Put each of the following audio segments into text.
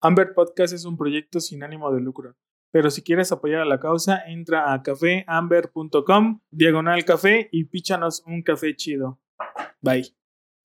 Amber Podcast es un proyecto sin ánimo de lucro, pero si quieres apoyar a la causa, entra a cafeamber.com/café y píchanos un café chido. Bye.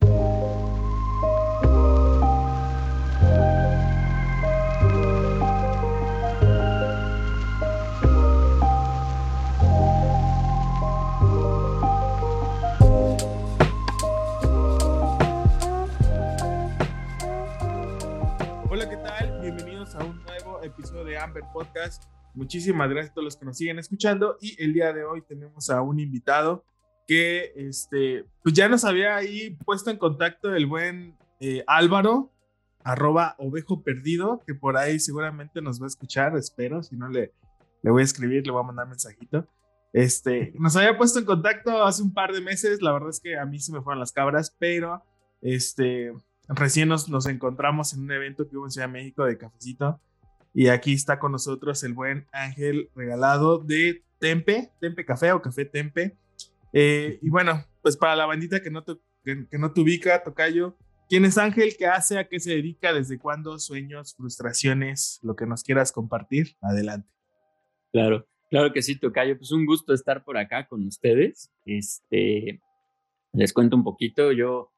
Hola, ¿qué tal? Bienvenidos a un nuevo episodio de Amber Podcast. Muchísimas gracias a todos los que nos siguen escuchando y el día de hoy tenemos a un invitado que pues ya nos había ahí puesto en contacto el buen Álvaro, @ovejo perdido, que por ahí seguramente nos va a escuchar, espero, si no le voy a escribir, le voy a mandar mensajito. Nos había puesto en contacto hace un par de meses, la verdad es que a mí se me fueron las cabras, pero recién nos encontramos en un evento que hubo en Ciudad de México de cafecito y aquí está con nosotros el buen Ángel Regalado de Tempe Café o Café Tempe. Y bueno, pues para la bandita que no te ubica, tocayo, ¿quién es Ángel? ¿Qué hace? ¿A qué se dedica? ¿Desde cuándo? ¿Sueños? ¿Frustraciones? Lo que nos quieras compartir, adelante. Claro que sí, tocayo. Pues un gusto estar por acá con ustedes. Les cuento un poquito.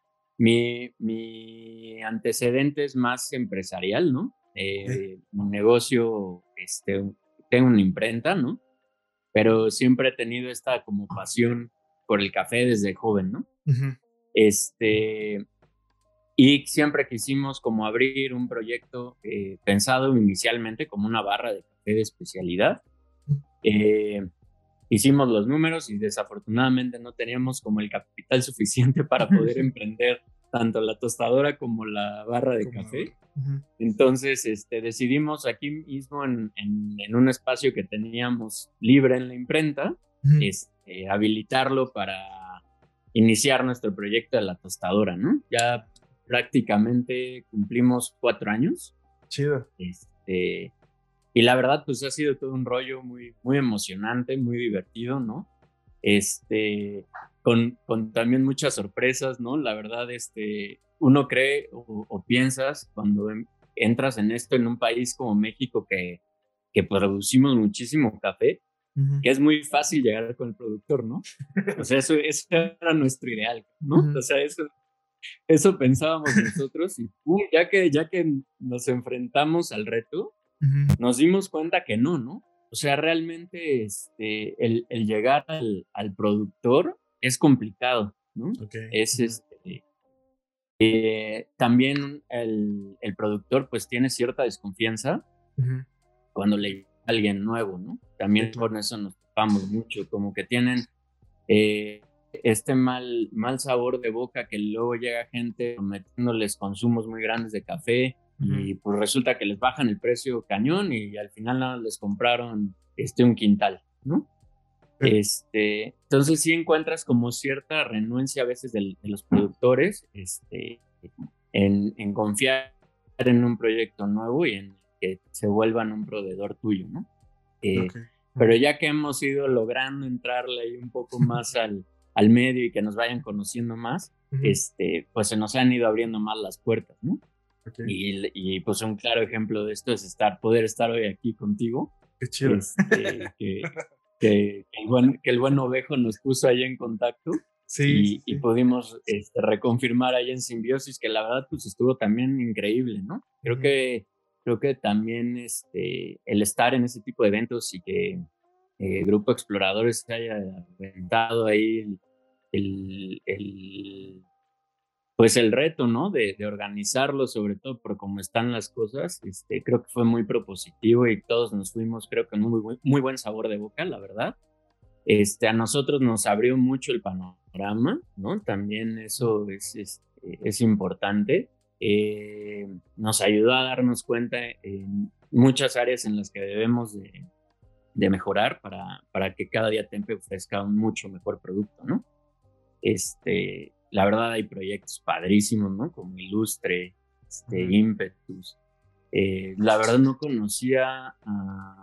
Mi antecedente es más empresarial, ¿no? Un negocio, tengo una imprenta, ¿no? Pero siempre he tenido esta como pasión por el café desde joven, ¿no? Uh-huh. Y siempre quisimos como abrir un proyecto pensado inicialmente como una barra de café de especialidad. Hicimos los números y desafortunadamente no teníamos como el capital suficiente para poder emprender tanto la tostadora como la barra de café. Uh-huh. Entonces decidimos aquí mismo en un espacio que teníamos libre en la imprenta, uh-huh, habilitarlo para iniciar nuestro proyecto de la tostadora, ¿no? Ya prácticamente cumplimos 4 años. Chido. Y la verdad, pues ha sido todo un rollo muy, muy emocionante, muy divertido, ¿no? Con también muchas sorpresas, ¿no? La verdad, uno cree o piensas cuando entras en esto en un país como México que producimos muchísimo café, uh-huh, que es muy fácil llegar con el productor, ¿no? O sea, eso era nuestro ideal, ¿no? Uh-huh. O sea, eso pensábamos nosotros y ya que nos enfrentamos al reto, uh-huh, nos dimos cuenta que no. O sea, realmente el llegar al productor es complicado, ¿no? Okay. Es también el productor pues tiene cierta desconfianza, uh-huh, cuando le llega a alguien nuevo, ¿no? También por eso nos topamos mucho, como que tienen mal sabor de boca, que luego llega gente metiéndoles consumos muy grandes de café, uh-huh, y pues resulta que les bajan el precio cañón y al final nada les compraron un quintal, ¿no? Entonces sí encuentras como cierta renuencia a veces de los productores en confiar en un proyecto nuevo y en que se vuelvan un proveedor tuyo, ¿no? Okay. Pero ya que hemos ido logrando entrarle ahí un poco más al medio y que nos vayan conociendo más, uh-huh, pues se nos han ido abriendo más las puertas, ¿no? Okay. Y pues un claro ejemplo de esto es poder estar hoy aquí contigo. Qué chido. Que el buen Ovejo nos puso ahí en contacto. Sí. Y pudimos reconfirmar ahí en Simbiosis, que la verdad pues estuvo también increíble, ¿no? Creo que también el estar en ese tipo de eventos y que Grupo Exploradores se haya aventado ahí pues el reto, ¿no? De organizarlo, sobre todo por cómo están las cosas, creo que fue muy propositivo y todos nos fuimos, creo que con muy buen sabor de boca, la verdad. A nosotros nos abrió mucho el panorama, ¿no? También eso es importante. Nos ayudó a darnos cuenta en muchas áreas en las que debemos de mejorar para que cada día Tempe ofrezca un mucho mejor producto, ¿no? La verdad hay proyectos padrísimos, ¿no? Como Ilustre, Impetus. La verdad no conocía a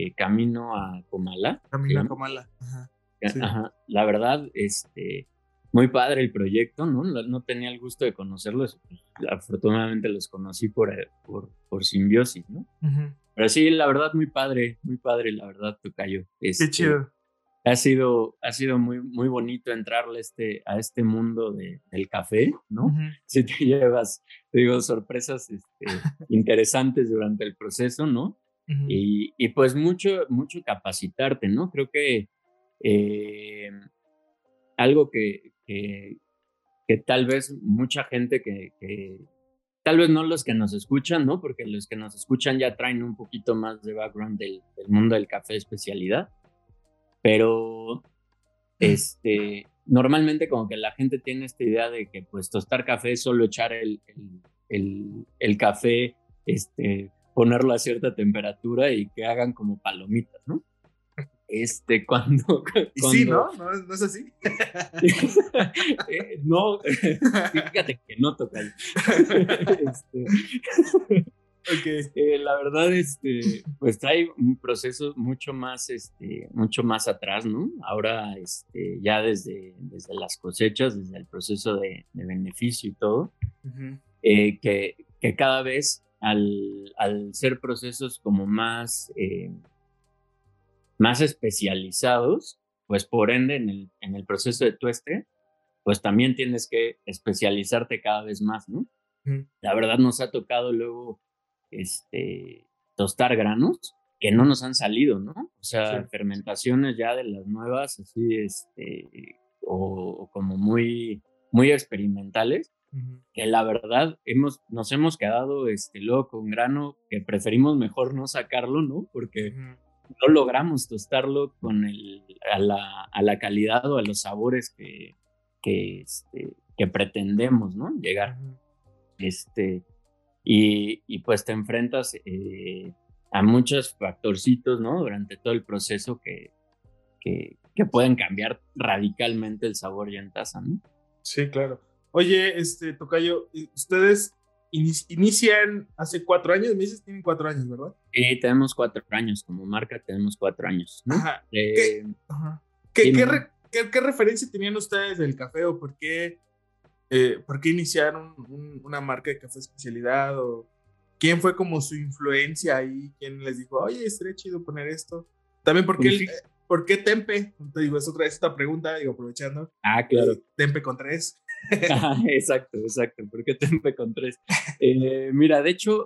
Camino a Comala. Camino a Comala. Ajá. Sí. Ajá. La verdad, muy padre el proyecto, ¿no? No tenía el gusto de conocerlos, pues, afortunadamente los conocí por simbiosis, ¿no? Ujú. Pero sí, la verdad, muy padre, la verdad, tocayo. Qué chido. Ha sido muy, muy bonito entrarle a este mundo del café, ¿no? Ujú. Si te llevas, te digo, sorpresas interesantes durante el proceso, ¿no? Ujú. Y pues mucho, mucho capacitarte, ¿no? Creo que eh, algo que tal vez mucha gente tal vez no los que nos escuchan, ¿no? Porque los que nos escuchan ya traen un poquito más de background del mundo del café de especialidad, pero normalmente como que la gente tiene esta idea de que pues tostar café es solo echar el café, ponerlo a cierta temperatura y que hagan como palomitas, ¿no? Cuando, Y sí, cuando ¿no? ¿No es así? no, fíjate que no toca. Ok. La verdad, pues trae un proceso mucho más atrás, ¿no? Ahora, ya desde las cosechas, desde el proceso de beneficio y todo, Ujú. que cada vez al ser procesos como más especializados, pues por ende en el proceso de tueste, pues también tienes que especializarte cada vez más, ¿no? Ujú. La verdad nos ha tocado luego tostar granos que no nos han salido, ¿no? O Sí. sea, fermentaciones ya de las nuevas, así, o como muy, muy experimentales, Ujú. que la verdad nos hemos quedado luego con grano que preferimos mejor no sacarlo, ¿no? Porque Ujú. no logramos tostarlo a la calidad o a los sabores que pretendemos, ¿no? Llegar. Ujú. Este, y pues te enfrentas a muchos factorcitos, ¿no? Durante todo el proceso que pueden cambiar radicalmente el sabor ya en taza, ¿no? Sí, claro. Oye, Tocayo, ustedes inician hace 4 años, me dices, tienen 4 años, ¿verdad? Y tenemos 4 años, como marca tenemos 4 años, ¿no? Ajá. ¿Qué, ajá. Dime, dime. ¿Qué referencia tenían ustedes del café o por qué iniciaron una marca de café especialidad? ¿O quién fue como su influencia ahí? ¿Quién les dijo, oye, estaría chido poner esto? También, Pues sí. ¿por qué Tempe? Te digo, es otra vez esta pregunta, digo, aprovechando. Ah, claro. Tempe con tres. Ajá, exacto, exacto. ¿Por qué te con tres? Mira, de hecho,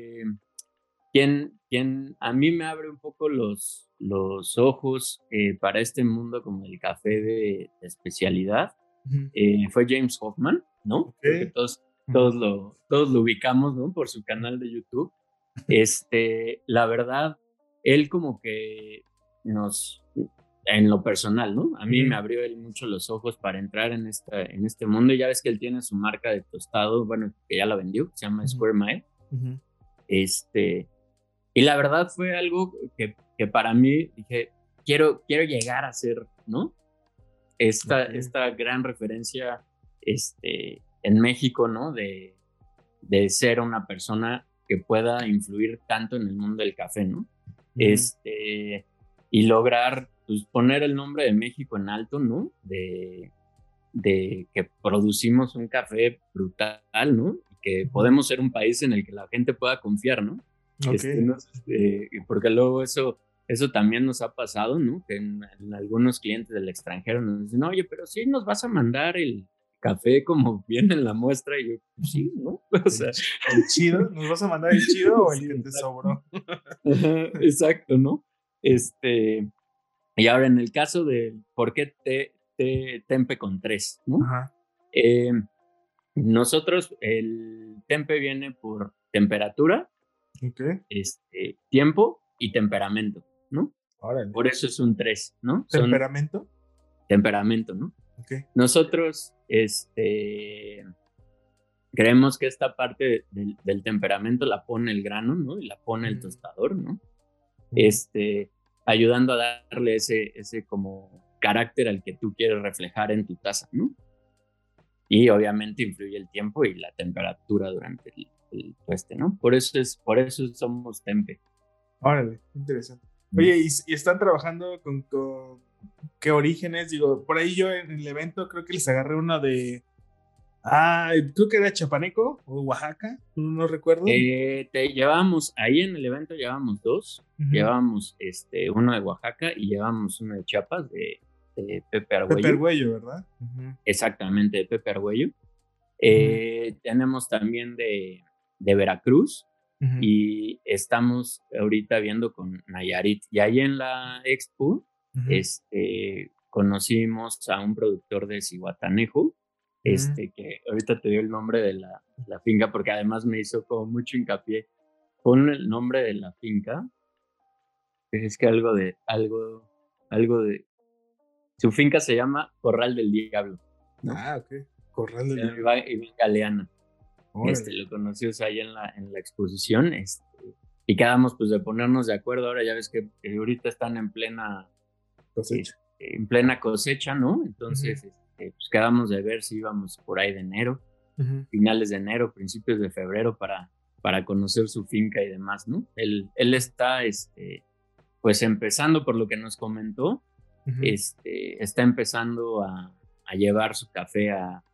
quien a mí me abre un poco los ojos para este mundo como el café de especialidad Ujú. fue James Hoffman, ¿no? Ok. Creo que Ujú. todos lo ubicamos, ¿no? Por su canal de YouTube. La verdad, él como que nos, en lo personal, ¿no? A mí me Ujú. abrió él mucho los ojos para entrar en este mundo. Y ya ves que él tiene su marca de tostado, bueno, que ya la vendió, que se llama Ujú. Square Mile. Ujú. Este, y la verdad fue algo que para mí dije, quiero llegar a ser, ¿no? Ok. Esta gran referencia en México, ¿no? De ser una persona que pueda influir tanto en el mundo del café, ¿no? Ujú. Y lograr pues, poner el nombre de México en alto, ¿no? De que producimos un café brutal, ¿no? Y que Ujú. podemos ser un país en el que la gente pueda confiar, ¿no? Ok. No sé, porque luego eso también nos ha pasado, ¿no? Que en algunos clientes del extranjero nos dicen, oye, pero sí nos vas a mandar el café como viene en la muestra, y yo, pues Ujú. sí, ¿no? O sea, El chido. ¿Nos vas a mandar el chido o el sí, que te exacto. sobró? Ajá, exacto, ¿no? Y ahora en el caso de por qué tempe con tres, ¿no? Ajá. Eh, Nosotros, el tempe viene por temperatura, Ok. tiempo y temperamento, ¿no? Órale. Por eso es un 3, ¿no? Son ¿Temperamento? temperamento, ¿no? Ok. Nosotros, creemos que esta parte del temperamento la pone el grano, ¿no? Y la pone el Ujú. tostador, ¿no? Ujú. Ayudando a darle ese como carácter al que tú quieres reflejar en tu taza, ¿no? Y obviamente influye el tiempo y la temperatura durante el tueste, ¿no? Por eso somos tempe. Órale, interesante. Oye, ¿y están trabajando con qué orígenes? Digo, por ahí yo en el evento creo que les agarré una de... Ah, creo que era Chapaneco o Oaxaca, no recuerdo. Te llevábamos, ahí en el evento llevábamos dos, Ujú. llevábamos uno de Oaxaca y llevábamos uno de Chiapas, de Pepe Pepe Argüello, Argüello, ¿verdad? Ujú, exactamente, de Pepe Argüello. ujú, Tenemos también de Veracruz ujú, y estamos ahorita viendo con Nayarit. Y ahí en la expo, ujú, conocimos a un productor de Zihuatanejo, ujú. que ahorita te dio el nombre de la finca, porque además me hizo como mucho hincapié. Pon el nombre de la finca, es que algo de, su finca se llama Corral del Diablo, ¿no? Ah, ok. Corral del Diablo. Iván Galeana. Órale. Lo conocimos ahí en la exposición, y quedamos pues de ponernos de acuerdo. Ahora ya ves que ahorita están Cosecha. en plena cosecha, ¿no? Ujú, Entonces, pues quedamos de ver si íbamos por ahí de enero, ujú, finales de enero, principios de febrero, para conocer su finca y demás, ¿no? Él está, pues empezando por lo que nos comentó, ujú. está empezando a llevar su café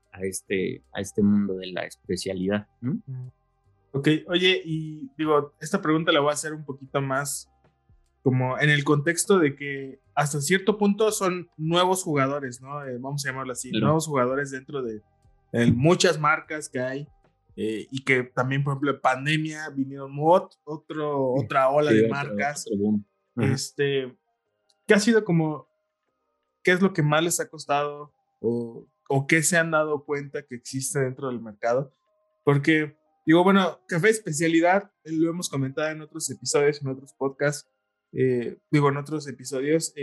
a este mundo de la especialidad, ¿no? Ujú. Ok, oye, y digo, esta pregunta la voy a hacer un poquito más como en el contexto de que hasta cierto punto son nuevos jugadores, ¿no? Vamos a llamarlo así, Claro. nuevos jugadores dentro de muchas marcas que hay y que también, por ejemplo, en pandemia vinieron otra ola Sí, de otro marcas. boom. Ajá. Este, ¿Qué ha sido como, qué es lo que más les ha costado o qué se han dado cuenta que existe dentro del mercado? Porque, digo, bueno, café especialidad, lo hemos comentado en otros episodios, en otros podcasts, digo, en otros episodios,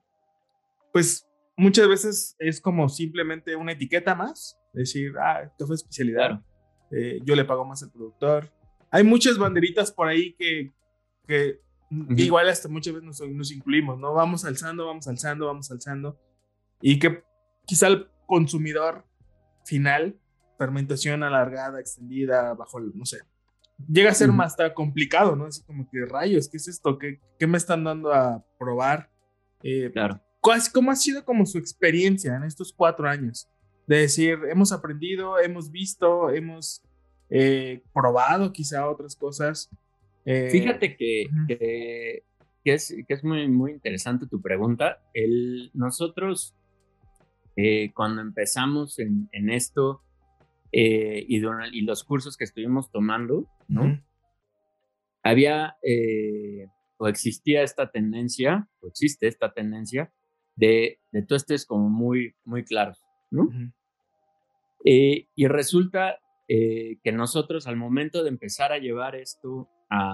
pues muchas veces es como simplemente una etiqueta más, decir, ah, café especialidad, Claro. yo le pago más al productor. Hay muchas banderitas por ahí que Ujú. igual hasta muchas veces nos incluimos, ¿no? Vamos alzando, vamos alzando, vamos alzando, y que quizá el consumidor final, fermentación alargada, extendida, bajo el, no sé, llega a ser Ujú. más hasta complicado, ¿no? Así como que rayos, ¿qué es esto? ¿Qué me están dando a probar? Eh, Claro. ¿Cómo ha sido como su experiencia en estos 4 años? De decir, hemos aprendido, hemos visto, hemos probado quizá otras cosas. Eh, Fíjate Ujú, que es muy, muy interesante tu pregunta. Nosotros, cuando empezamos en esto, y los cursos que estuvimos tomando, ¿no? ujú, Había, o existía esta tendencia, o existe esta tendencia de tuestes como muy, muy claros, ¿no? ujú, Y resulta que nosotros, al momento de empezar a llevar esto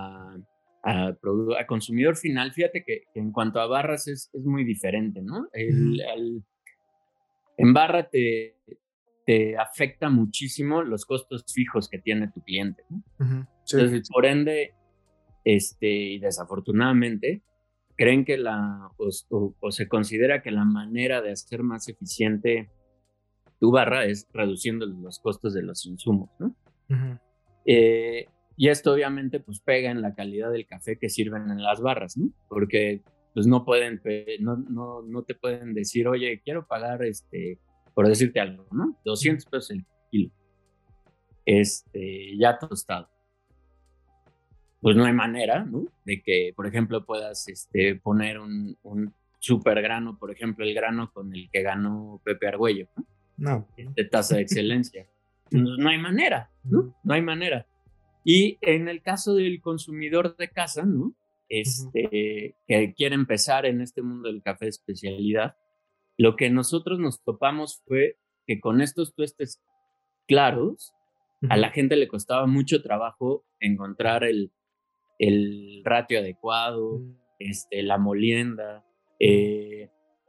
a consumidor final, fíjate que en cuanto a barras es muy diferente, ¿no? ujú, En barra te afecta muchísimo los costos fijos que tiene tu cliente, ¿no? ujú. Sí, Entonces, por ende, y desafortunadamente, creen que o se considera que la manera de hacer más eficiente tu barra es reduciendo los costos de los insumos, ¿no? ujú, Eh, y esto obviamente pues pega en la calidad del café que sirven en las barras, ¿no? Porque pues no te pueden decir, oye, quiero pagar, por decirte algo, ¿no? ujú, 200 pesos el kilo, ya tostado. Pues no hay manera, ¿no? De que, por ejemplo, puedas, poner un super grano, por ejemplo, el grano con el que ganó Pepe Argüello, ¿no? no, no. De tasa de excelencia. No hay manera, ¿no? Ujú, No hay manera. Y en el caso del consumidor de casa, ¿no? ujú, Que quiere empezar en este mundo del café de especialidad, lo que nosotros nos topamos fue que con estos tuestes claros, a ujú, la gente le costaba mucho trabajo encontrar el ratio adecuado, la molienda, ujú, eh,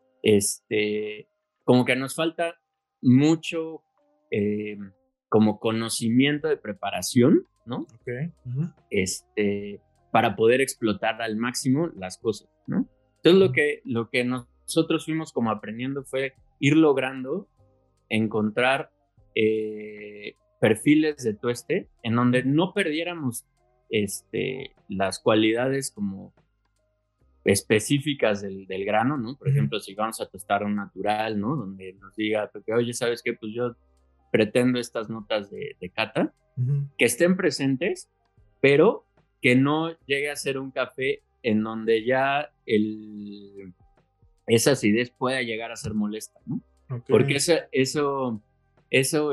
como que nos falta mucho eh, como conocimiento de preparación, ¿no? ok, ujú, Para poder explotar al máximo las cosas, ¿no? Entonces ujú, lo que nosotros fuimos como aprendiendo fue ir logrando encontrar perfiles de tueste en donde no perdiéramos las cualidades como específicas del grano, ¿no? Por ejemplo, si vamos a tostar un natural, ¿no? Donde nos diga, porque, oye, ¿sabes qué? Pues yo pretendo estas notas de cata, que estén presentes, pero que no llegue a ser un café en donde ya esa acidez pueda llegar a ser molesta, ¿no? Okay. Porque eso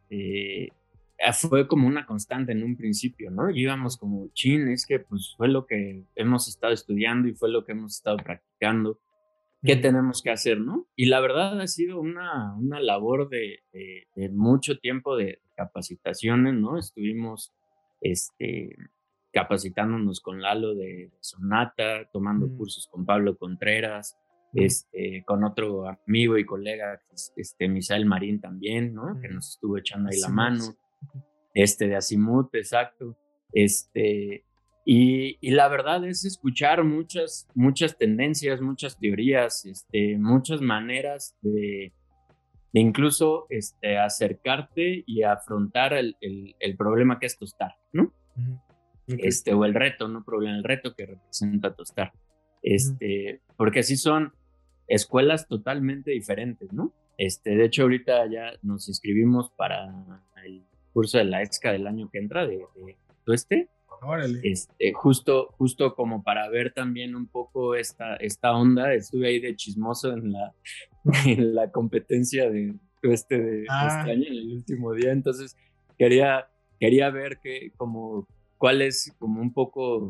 fue como una constante en un principio, ¿no? Y íbamos como, chin, es que pues fue lo que hemos estado estudiando y fue lo que hemos estado practicando. ¿Qué tenemos que hacer, no? Y la verdad ha sido una labor de mucho tiempo de capacitaciones, ¿no? Estuvimos capacitándonos con Lalo de Sonata, tomando cursos con Pablo Contreras, con otro amigo y colega, Misael Marín también, ¿no? Que nos estuvo echando ahí la mano, de Azimuth, exacto, y la verdad es escuchar muchas tendencias, muchas teorías, muchas maneras de incluso acercarte y afrontar el problema que es tostar, ¿no? Okay. O el reto, no problema, el reto que representa tostar. Porque sí son escuelas totalmente diferentes, ¿no? De hecho, ahorita ya nos inscribimos para el curso de la ESCA del año que entra de tueste. Órale. Justo como para ver también un poco esta onda. Estuve ahí de chismoso en la competencia de tueste de este año, en el último día. Entonces quería ver cuál es como un poco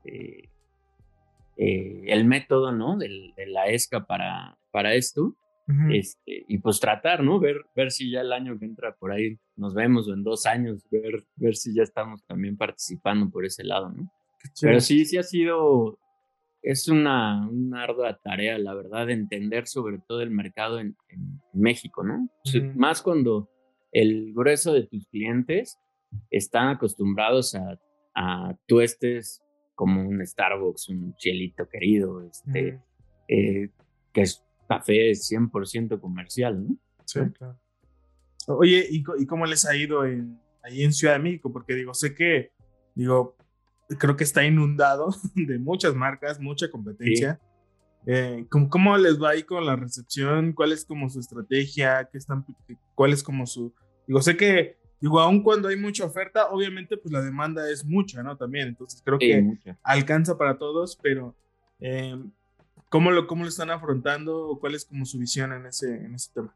el método, ¿no? De la ESCA para esto. Y pues tratar, ¿no? Ver si ya el año que entra por ahí nos vemos, o en 2 años, ver si ya estamos también participando por ese lado, ¿no? Pero sí ha sido, es una ardua tarea, la verdad, entender sobre todo el mercado en México, ¿no? Más cuando el grueso de tus clientes están acostumbrados a tuestes como un Starbucks, un Cielito Querido, que es café 100% comercial, ¿no? Sí, claro. Oye, ¿y cómo les ha ido ahí en Ciudad de México? Porque sé que, creo que está inundado de muchas marcas, mucha competencia. Sí. ¿Cómo les va ahí con la recepción? ¿Cuál es como su estrategia? ¿Cuál es como su...? Sé que, aun cuando hay mucha oferta, obviamente pues la demanda es mucha, ¿no? También, entonces creo que alcanza para todos, pero ¿cómo lo están afrontando? ¿Cuál es como su visión en ese tema?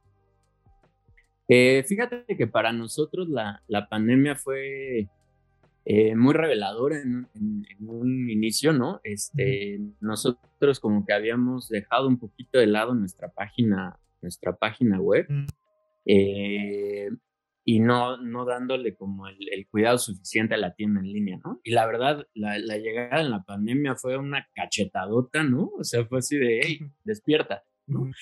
Fíjate que para nosotros la pandemia fue muy reveladora en un inicio, ¿no? Nosotros como que habíamos dejado un poquito de lado nuestra página web, y no dándole como el cuidado suficiente a la tienda en línea, ¿no? Y la verdad, la llegada en la pandemia fue una cachetadota, ¿no? O sea, fue así de, hey, despierta, ¿no?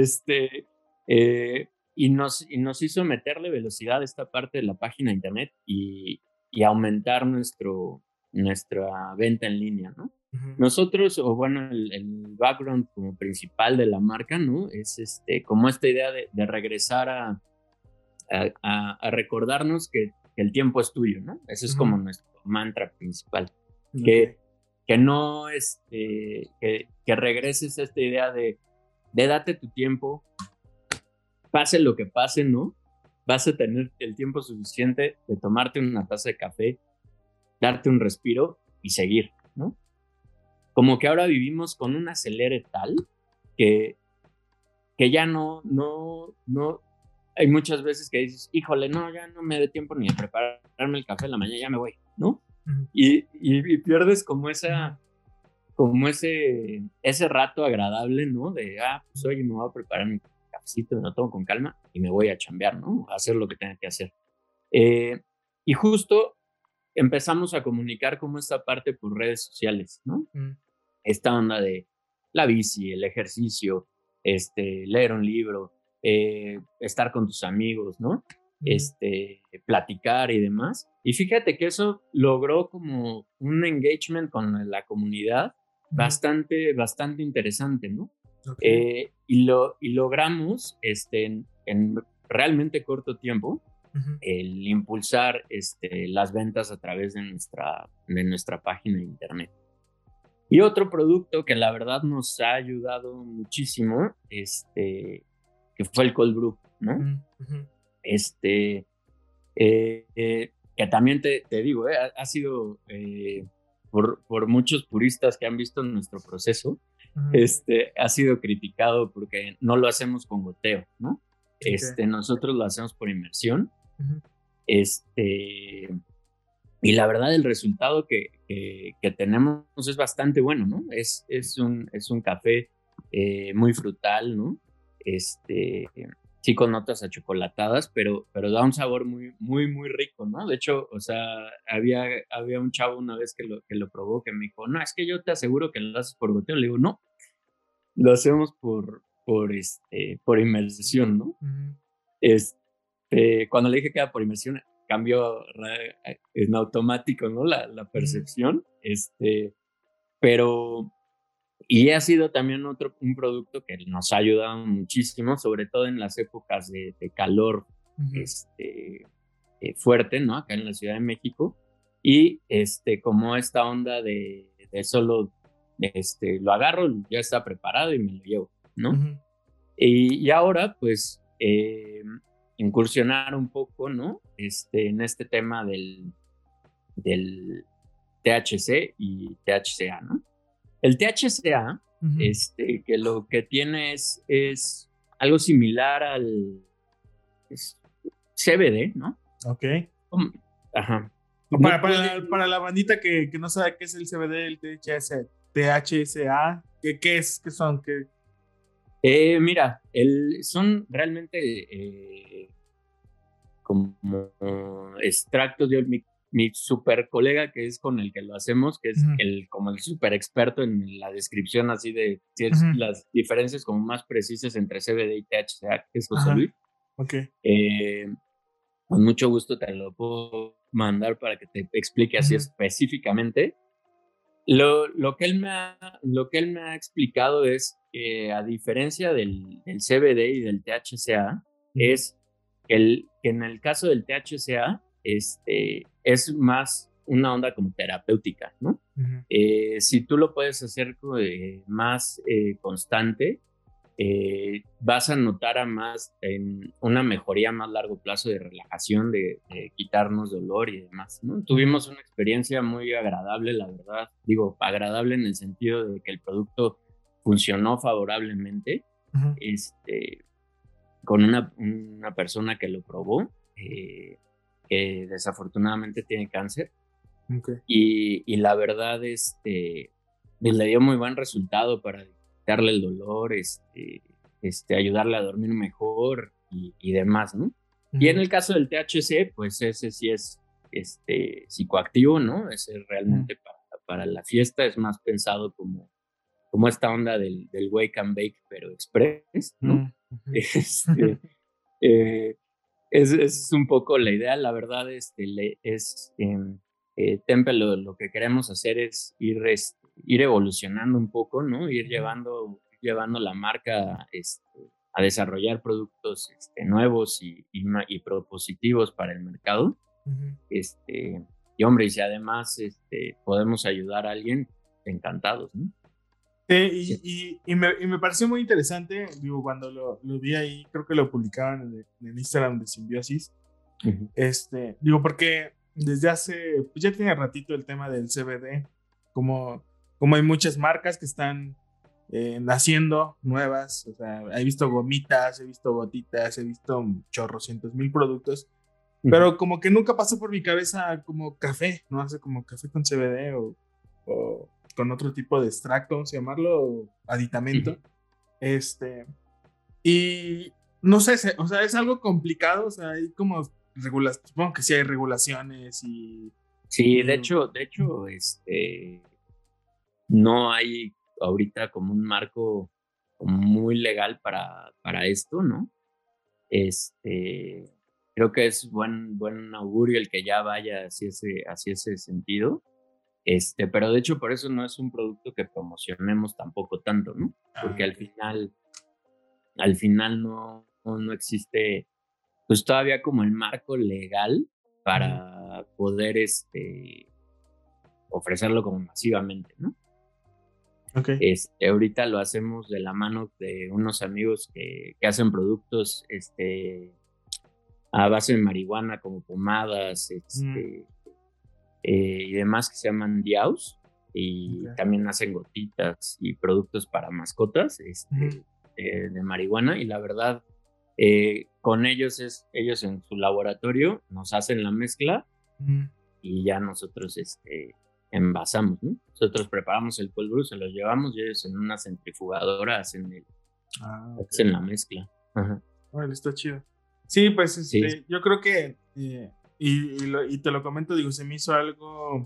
Y nos hizo meterle velocidad a esta parte de la página de internet y aumentar nuestra venta en línea, ¿no? Nosotros, o bueno, el background como principal de la marca, ¿no? Es como esta idea de regresar a recordarnos que el tiempo es tuyo, ¿no? Eso es como nuestro mantra principal. Que no, que regreses a esta idea de date tu tiempo, pase lo que pase, ¿no? Vas a tener el tiempo suficiente de tomarte una taza de café, darte un respiro y seguir, ¿no? Como que ahora vivimos con un acelere tal que ya no hay muchas veces que dices, híjole, no, ya no me dé tiempo ni de prepararme el café en la mañana, ya me voy, ¿no? Y pierdes como ese rato agradable, ¿no? De, pues oye, me voy a preparar mi cafecito, me lo tomo con calma y me voy a chambear, ¿no? A hacer lo que tenga que hacer. Y justo empezamos a comunicar como esta parte por redes sociales, ¿no? Esta onda de la bici, el ejercicio, leer un libro, estar con tus amigos, ¿no? Platicar y demás. Y fíjate que eso logró como un engagement con la comunidad bastante interesante, ¿no? Okay. Y logramos en realmente corto tiempo el impulsar las ventas a través de nuestra página de internet. Y otro producto que la verdad nos ha ayudado muchísimo, que fue el cold brew, ¿no? Ujú. Que también te digo, ha sido por muchos puristas que han visto nuestro proceso, Ujú. ha sido criticado porque no lo hacemos con goteo, ¿no? Okay. Nosotros lo hacemos por inmersión. Ujú. Este, y la verdad, el resultado que tenemos es bastante bueno, ¿no? Es un café muy frutal, ¿no? Este, sí con notas achocolatadas, pero da un sabor muy, muy, muy rico, ¿no? De hecho, o sea, había un chavo una vez que lo probó que me dijo, no, es que yo te aseguro que lo haces por goteo. Le digo, no, lo hacemos por inmersión, ¿no? Ujú. Cuando le dije que era por inmersión, cambió en automático, ¿no? La Ujú. percepción, pero, y ha sido también un producto que nos ha ayudado muchísimo, sobre todo en las épocas de calor, Ujú. fuerte, ¿no? Acá en la Ciudad de México, y como esta onda de solo, lo agarro, ya está preparado y me lo llevo, ¿no? Ujú. Y ahora, pues, incursionar un poco, ¿no? En este tema del THC y THCA, ¿no? El THCA, Ujú. que lo que tiene es algo similar al es CBD, ¿no? Ok. Um, Ajá. O No puede, para la bandita que no sabe qué es el CBD, el THC, THCA, ¿qué es? ¿Qué son? ¿Qué? mira, son realmente como extractos. Mi super colega que es con el que lo hacemos, que es Ujú. como el super experto en la descripción así de si es Ujú. las diferencias como más precisas entre CBD y THC, que es José Ajá. Luis. Ok. Eh, con mucho gusto te lo puedo mandar para que te explique así Ujú. específicamente. Lo que él me ha explicado es que a diferencia del CBD y del THCA, Ujú. es que en el caso del THCA, es más una onda como terapéutica, ¿no? Ujú. Si tú lo puedes hacer más constante, vas a notar en una mejoría a más largo plazo de relajación, de quitarnos dolor y demás, ¿no? Ujú. Tuvimos una experiencia muy agradable, la verdad. Digo, agradable en el sentido de que el producto funcionó favorablemente, Ujú. con una persona que lo probó, que desafortunadamente tiene cáncer. Ok. Y la verdad, pues, le dio muy buen resultado para quitarle el dolor, ayudarle a dormir mejor y demás, ¿no? Y en Ujú. el caso del THC, pues ese sí es psicoactivo, ¿no? Ese es Ujú. realmente para la fiesta, es más pensado como esta onda del wake and bake, pero express, ¿no? Ujú. Este, eh, es un poco la idea, la verdad, Tempe lo que queremos hacer es ir evolucionando un poco, ¿no? Ir Ujú. llevando la marca a desarrollar productos nuevos y propositivos para el mercado. Ujú. Y hombre, y si además podemos ayudar a alguien, encantados, ¿no? Y me pareció muy interesante, digo, cuando lo vi ahí, creo que lo publicaron en el Instagram de Simbiosis. Ujú. Digo, porque desde hace, pues ya tiene ratito el tema del CBD, como hay muchas marcas que están naciendo nuevas, o sea, he visto gomitas, he visto gotitas, he visto chorrocientos mil productos, Ujú. pero como que nunca pasó por mi cabeza como café, ¿no? Hace como café con CBD o con otro tipo de extracto, vamos a llamarlo, o Ujú. aditamento. Este, y no sé, o sea, es algo complicado, o sea, hay como supongo que sí hay regulaciones Sí, y de hecho, no hay ahorita como un marco como muy legal para esto, ¿no? Este, Creo que es buen augurio el que ya vaya hacia ese sentido. Pero de hecho por eso no es un producto que promocionemos tampoco tanto, ¿no? Porque ok. al final no existe, pues todavía como el marco legal Ujú. para poder ofrecerlo como masivamente, ¿no? Ok. Ahorita lo hacemos de la mano de unos amigos que hacen productos a base de marihuana, como pomadas, y demás, que se llaman Diaus, y Ok. también hacen gotitas y productos para mascotas de marihuana. Y la verdad, con ellos en su laboratorio nos hacen la mezcla y ya nosotros envasamos, ¿no? Nosotros preparamos el polvo, se lo llevamos y ellos en una centrifugadora Ok. hacen la mezcla. Ajá. Bueno, está chido. Sí, pues Sí, yo creo que, y te lo comento, digo, se me hizo algo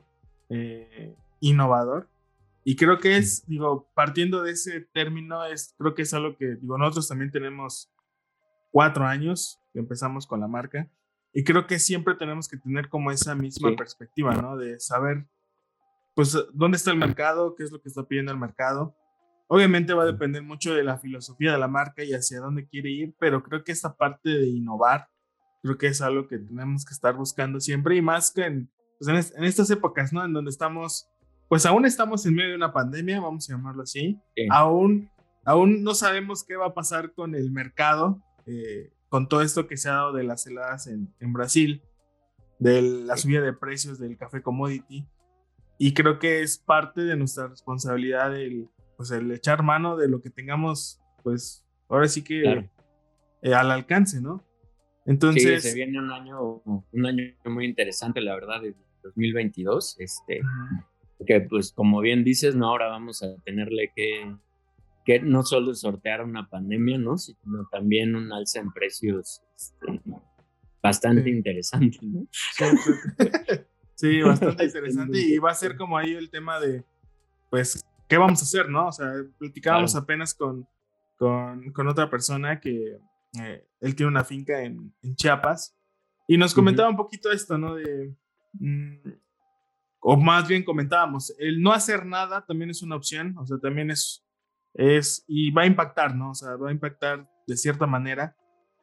innovador. Y creo que es, digo, partiendo de ese término, creo que es algo que, digo, nosotros también tenemos 4 años que empezamos con la marca. Y creo que siempre tenemos que tener como esa misma sí, perspectiva, ¿no? De saber, pues, dónde está el mercado, qué es lo que está pidiendo el mercado. Obviamente va a depender mucho de la filosofía de la marca y hacia dónde quiere ir, pero creo que esta parte de innovar, creo que es algo que tenemos que estar buscando siempre y más que pues en estas épocas, ¿no? En donde estamos, pues aún estamos en medio de una pandemia, vamos a llamarlo así, sí, aún no sabemos qué va a pasar con el mercado, con todo esto que se ha dado de las heladas en Brasil, de la sí, subida de precios del café commodity. Y creo que es parte de nuestra responsabilidad pues el echar mano de lo que tengamos, pues ahora sí que claro. al alcance, ¿no? Sí, se Entonces, viene un año muy interesante, la verdad, de 2022, uh-huh. que pues como bien dices, no, ahora vamos a tenerle que no solo sortear una pandemia, ¿no? Sino también un alza en precios, bastante Sí, interesante, ¿no? sí, creo que sí, bastante Bastante interesante y va a ser interesante. como ahí el tema de, pues, ¿qué vamos a hacer, no? O sea, platicábamos Claro. apenas con otra persona que él tiene una finca en Chiapas y nos Ujú. comentaba un poquito esto, ¿no? Mm, o más bien comentábamos, el no hacer nada también es una opción, o sea, también y va a impactar, ¿no? O sea, va a impactar de cierta manera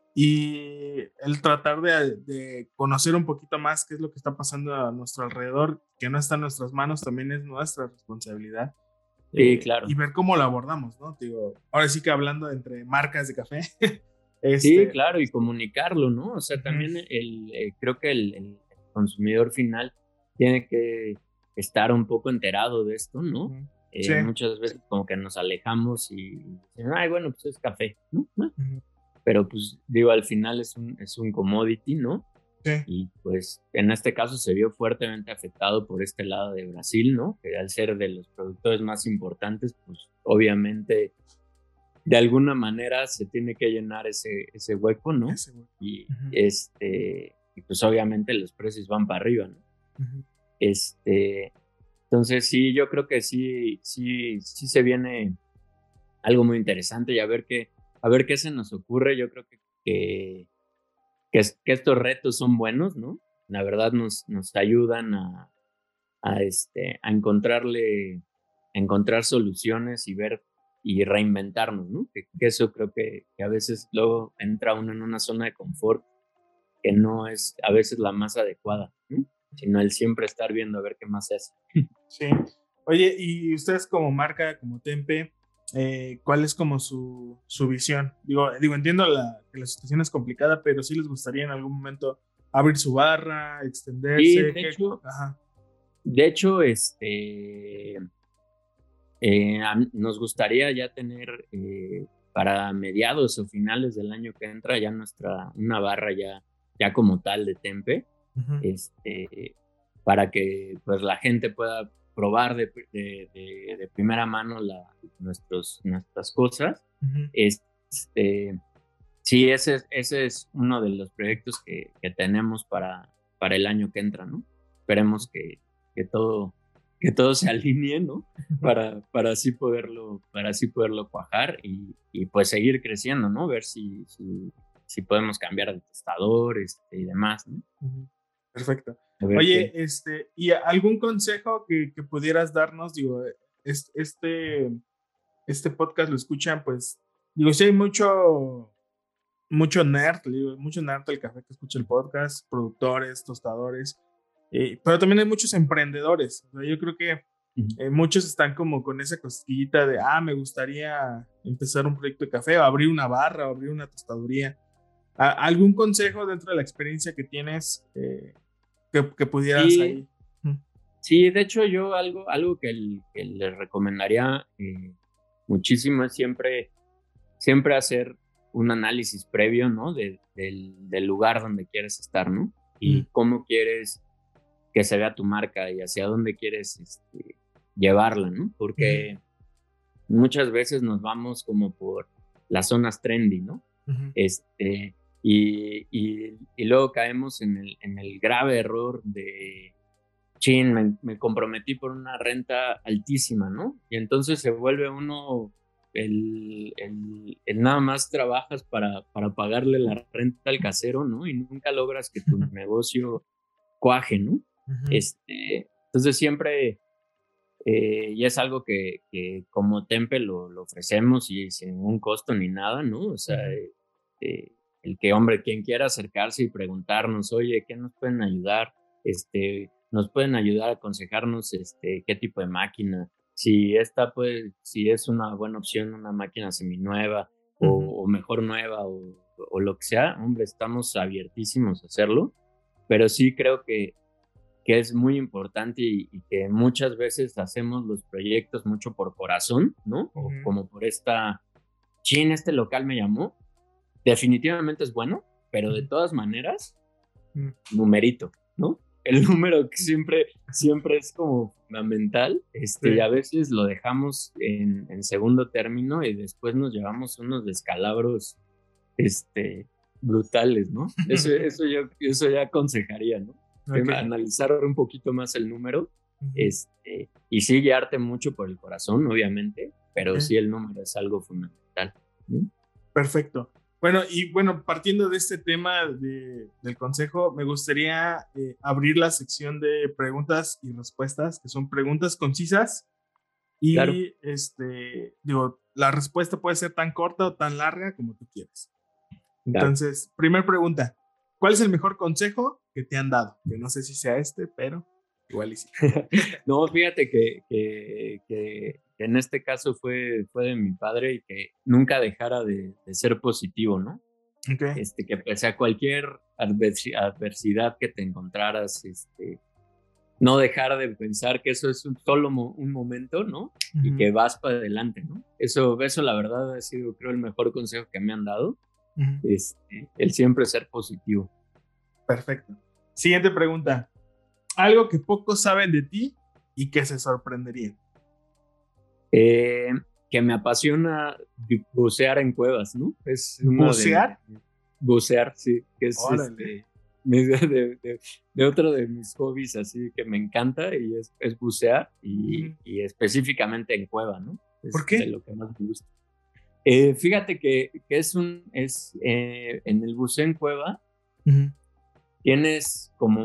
y el tratar de conocer un poquito más qué es lo que está pasando a nuestro alrededor, que no está en nuestras manos, también es nuestra responsabilidad Sí, y claro. ver cómo lo abordamos, ¿no? Digo, ahora sí que hablando entre marcas de café, Sí, este, claro, y comunicarlo, ¿no? O sea, ujú, también creo que el consumidor final tiene que estar un poco enterado de esto, ¿no? ujú, sí, Muchas veces como que nos alejamos y dicen, ay, bueno, pues es café, ¿no? ujú, Pero pues digo, al final es un commodity, ¿no? sí, Y pues en este caso se vio fuertemente afectado por este lado de Brasil, ¿no? Que al ser de los productores más importantes, pues obviamente de alguna manera se tiene que llenar ese hueco, ¿no? ese, güey. Ujú, Y pues obviamente los precios van para arriba, ¿no? ujú. Este, entonces sí, yo creo que sí se viene algo muy interesante y a ver qué se nos ocurre. Yo creo que estos retos son buenos, ¿no? La verdad nos ayudan a encontrar soluciones y ver y reinventarnos, ¿no? Que eso creo que a veces luego entra uno en una zona de confort que no es a veces la más adecuada, ¿no? Sino el siempre estar viendo a ver qué más se hace. Sí. Oye, y ustedes como marca, como Tempe, ¿cuál es como su visión? Digo, entiendo que la situación es complicada, pero sí les gustaría en algún momento abrir su barra, Y extenderse, ¿qué? Ajá. de hecho, nos gustaría ya tener para mediados o finales del año que entra ya una barra ya como tal de Tempe, Ujú, este, para que pues la gente pueda probar de primera mano nuestras cosas. ujú. Este, sí, ese es uno de los proyectos que tenemos para el año que entra, ¿no? Esperemos que todo, que todo se alinee, ¿no? Para así poderlo cuajar y pues seguir creciendo, ¿no? Ver si podemos cambiar de tostador y demás, ¿no? Ujú. Perfecto. A ver Oye, qué. ¿y algún consejo que pudieras darnos? Digo, es- este, este podcast lo escuchan, pues, digo, sí hay mucho nerd, le digo, mucho nerd del café que escucha el podcast, productores, tostadores, pero también hay muchos emprendedores. O sea, yo creo que Muchos están como con esa cosquillita de, me gustaría empezar un proyecto de café o abrir una barra o abrir una tostaduría. ¿Algún consejo dentro de la experiencia que tienes que pudieras Sí, ahí? sí, de hecho yo algo que les recomendaría muchísimo es siempre hacer un análisis previo, ¿no? Del lugar donde quieres estar, ¿no? Y cómo quieres que se vea tu marca y hacia dónde quieres llevarla, ¿no? Porque muchas veces nos vamos como por las zonas trendy, ¿no? Este, y luego caemos en el grave error de, chin, me comprometí por una renta altísima, ¿no? Y entonces se vuelve uno, el nada más trabajas para pagarle la renta al casero, ¿no? Y nunca logras que tu negocio cuaje, ¿no? Entonces siempre, y es algo que como Tempe lo ofrecemos y sin ningún costo ni nada, ¿no? O sea, el que, hombre, quien quiera acercarse y preguntarnos, oye, ¿qué nos pueden ayudar? Nos pueden ayudar a aconsejarnos qué tipo de máquina, si esta pues, si es una buena opción, una máquina seminueva o mejor nueva o lo que sea, hombre, estamos abiertísimos a hacerlo, pero sí creo que es muy importante y que muchas veces hacemos los proyectos mucho por corazón, ¿no? O como por este local me llamó, definitivamente es bueno, pero de todas maneras, numerito, ¿no? El número que siempre es como fundamental, y a veces lo dejamos en segundo término y después nos llevamos unos descalabros, brutales, ¿no? Eso ya aconsejaría, ¿no? Okay. Analizar un poquito más el número, y sí guiarte mucho por el corazón, obviamente, pero sí el número es algo fundamental, ¿no? Perfecto. Bueno, partiendo de este tema del consejo, me gustaría abrir la sección de preguntas y respuestas, que son preguntas concisas. Y claro. La respuesta puede ser tan corta o tan larga como tú quieras. Entonces, Primera pregunta, ¿cuál es el mejor consejo que te han dado? Que no sé si sea pero igual y sí. No, fíjate que en este caso fue de mi padre y que nunca dejara de ser positivo, ¿no? Okay. Que pese a cualquier adversidad que te encontraras, no dejar de pensar que eso es solo un momento, ¿no? Y que vas para adelante, ¿no? Eso la verdad ha sido, creo, el mejor consejo que me han dado, el siempre ser positivo. Perfecto. Siguiente pregunta. Algo que pocos saben de ti y que se sorprenderían. Que me apasiona bucear en cuevas, ¿no? Es ¿Bucear? Bucear, sí, que es de otro de mis hobbies, así que me encanta, y es bucear, y específicamente en cueva, ¿no? Es ¿Por qué? de lo que más me gusta. Fíjate que en el buceo en cueva, tienes como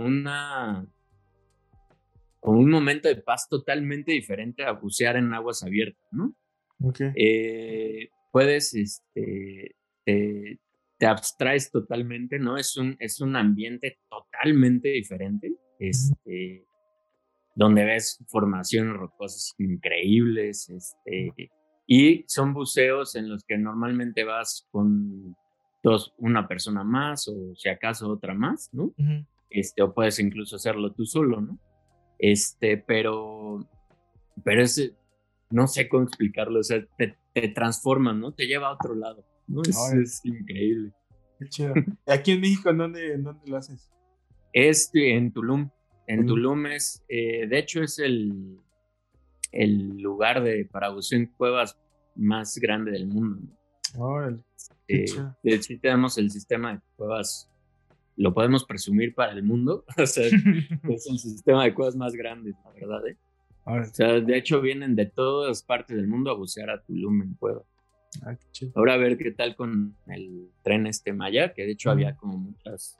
un momento de paz totalmente diferente a bucear en aguas abiertas, ¿no? Okay. Puedes, te abstraes totalmente, ¿no? Es un ambiente totalmente diferente, donde ves formaciones rocosas increíbles, y son buceos en los que normalmente vas con una persona más o si acaso otra más, ¿no? O puedes incluso hacerlo tú solo, ¿no? Pero no sé cómo explicarlo, o sea, te transforma, ¿no? Te lleva a otro lado, ¿no? Es increíble. Qué chido. ¿Aquí en México en dónde lo haces? En Tulum. En Tulum es, de hecho, es el lugar para buceo en cuevas más grande del mundo, ¿no? Órale. Sí tenemos el sistema de cuevas, lo podemos presumir para el mundo, o sea, es el sistema de cuevas más grande, la verdad, ¿eh? O sea, de hecho vienen de todas partes del mundo a bucear a Tulum en cueva. Qué chido. Ahora a ver qué tal con el tren Maya, que de hecho había como muchas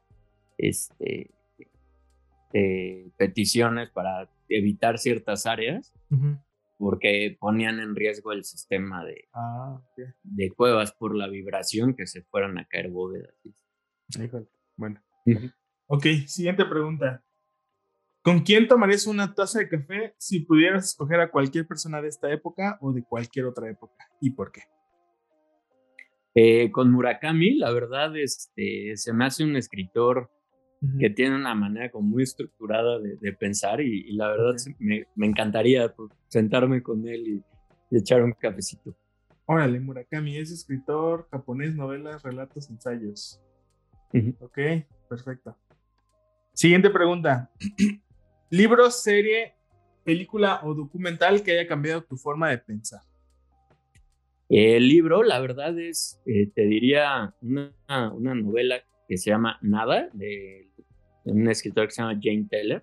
peticiones para evitar ciertas áreas, porque ponían en riesgo el sistema de cuevas por la vibración, que se fueran a caer bóvedas. Híjole. Bueno. Ok, siguiente pregunta. ¿Con quién tomarías una taza de café si pudieras escoger a cualquier persona de esta época o de cualquier otra época? ¿Y por qué? Con Murakami, la verdad, se me hace un escritor que tiene una manera como muy estructurada de pensar y la verdad me encantaría pues, sentarme con él y echar un cafecito. Órale, Murakami es escritor japonés, novelas, relatos, ensayos. Ok, perfecto. Siguiente pregunta. ¿Libro, serie, película o documental que haya cambiado tu forma de pensar? El libro, la verdad te diría una novela que se llama Nada, de un escritor que se llama Jane Taylor.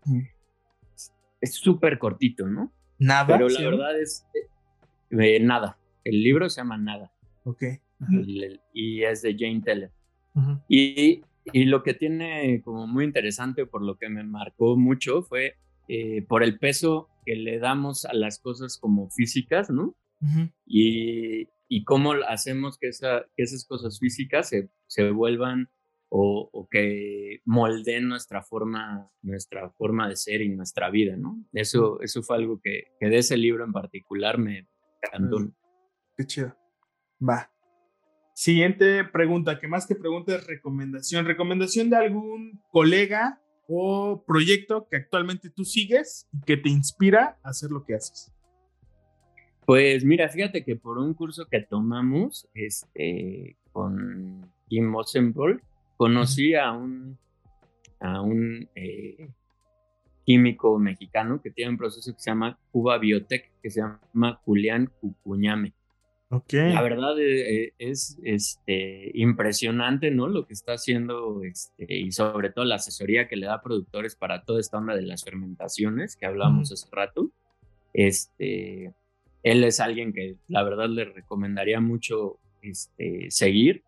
Es súper cortito, ¿no? Nada. Pero la verdad es Nada. El libro se llama Nada. Ok. Y es de Jane Taylor. Y lo que tiene como muy interesante, por lo que me marcó mucho, fue por el peso que le damos a las cosas como físicas, ¿no? Y cómo hacemos que esas cosas físicas se vuelvan o que moldeen nuestra forma de ser y nuestra vida, ¿no? Eso fue algo que de ese libro en particular me encantó. Qué chido. Va. Siguiente pregunta, que más que pregunta es recomendación. ¿Recomendación de algún colega o proyecto que actualmente tú sigues y que te inspira a hacer lo que haces? Pues mira, fíjate que por un curso que tomamos con Kim Osenberg, conocí a un químico mexicano que tiene un proceso que se llama Cuba Biotech, que se llama Julián Cucuñame. Okay. La verdad es impresionante, ¿no? Lo que está haciendo y sobre todo la asesoría que le da a productores para toda esta onda de las fermentaciones que hablamos hace rato. Él es alguien que la verdad le recomendaría mucho seguir.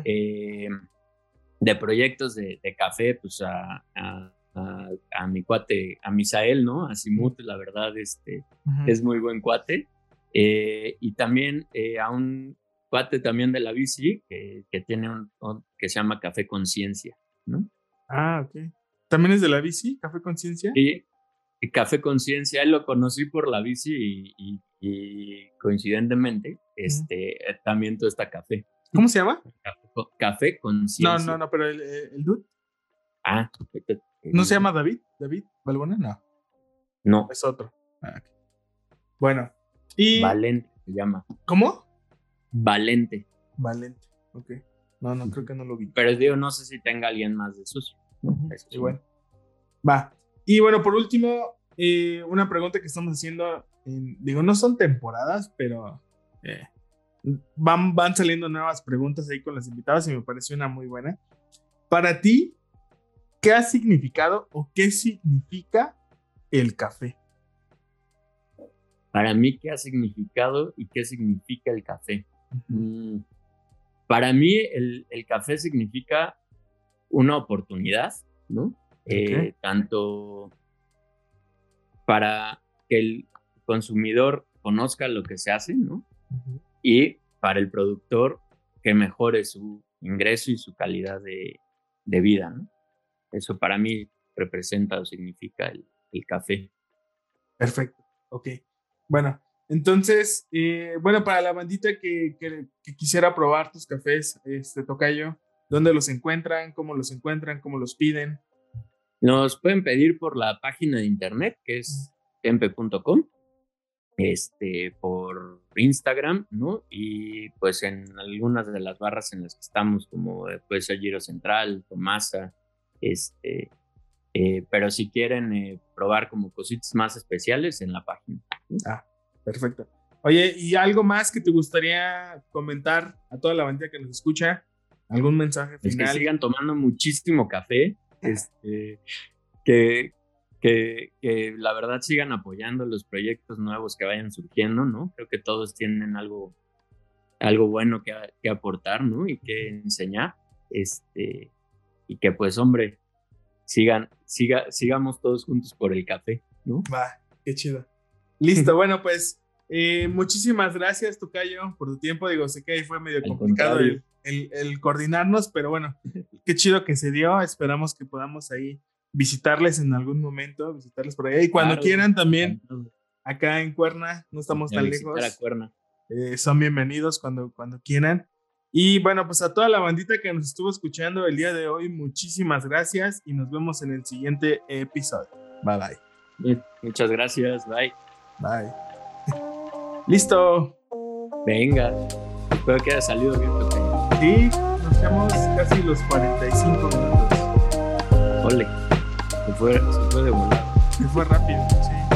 De proyectos de café, pues a mi cuate, a Misael, ¿no? A Simut, la verdad, es muy buen cuate. Y también a un cuate también de la bici que tiene que se llama Café Conciencia, ¿no? Ah, ok. ¿También es de la bici, Café Conciencia? Y Café Conciencia, él lo conocí por la bici y coincidentemente, también todo está café. ¿Cómo se llama? Café Conciencia. No, pero el dude. Ah, ¿No se llama David? ¿David Balbona? No. No. Es otro. Ah, okay. Bueno. Y... Valente se llama. ¿Cómo? Valente. Ok. No, creo que no lo vi. Pero digo, no sé si tenga alguien más de esos. Y bueno. Va. Y bueno, por último, una pregunta que estamos haciendo. Digo, no son temporadas, pero van saliendo nuevas preguntas ahí con las invitadas y me pareció una muy buena. Para ti, ¿qué ha significado o qué significa el café? Para mí, ¿qué ha significado y qué significa el café? Para mí, el café significa una oportunidad, ¿no? Okay. Tanto para que el consumidor conozca lo que se hace, ¿no? Y para el productor que mejore su ingreso y su calidad de vida, ¿no? Eso para mí representa o significa el café. Perfecto, ok. Bueno, entonces, para la bandita que quisiera probar tus cafés, tocayo, ¿dónde los encuentran? ¿Cómo los piden? Nos pueden pedir por la página de internet, que es tempe.com, por Instagram, ¿no? Y pues en algunas de las barras en las que estamos, como puede ser Giro Central, Tomasa, pero si quieren probar como cositas más especiales en la página. Ah, perfecto. Oye, ¿y algo más que te gustaría comentar a toda la bandita que nos escucha? ¿Algún mensaje final? Es que sigan tomando muchísimo café, que la verdad sigan apoyando los proyectos nuevos que vayan surgiendo, ¿no? Creo que todos tienen algo bueno que aportar, ¿no? Y que enseñar, y que pues, hombre, sigamos todos juntos por el café, ¿no? Va, qué chido. Listo, bueno, pues muchísimas gracias, tocayo, por tu tiempo. Digo, sé que ahí fue medio complicado el coordinarnos, pero bueno, qué chido que se dio. Esperamos que podamos ahí visitarles en algún momento, visitarles por allá. Y cuando Claro, quieran también, acá en Cuerna, no estamos tan lejos. A Cuerna. Son bienvenidos cuando quieran. Y bueno, pues a toda la bandita que nos estuvo escuchando el día de hoy, muchísimas gracias y nos vemos en el siguiente episodio. Bye bye. Muchas gracias, bye. Bye. Listo. Venga, espero que haya salido bien, Pepe. Sí, nos quedamos casi los 45 minutos. Ole, se fue de volar. Se fue rápido, sí.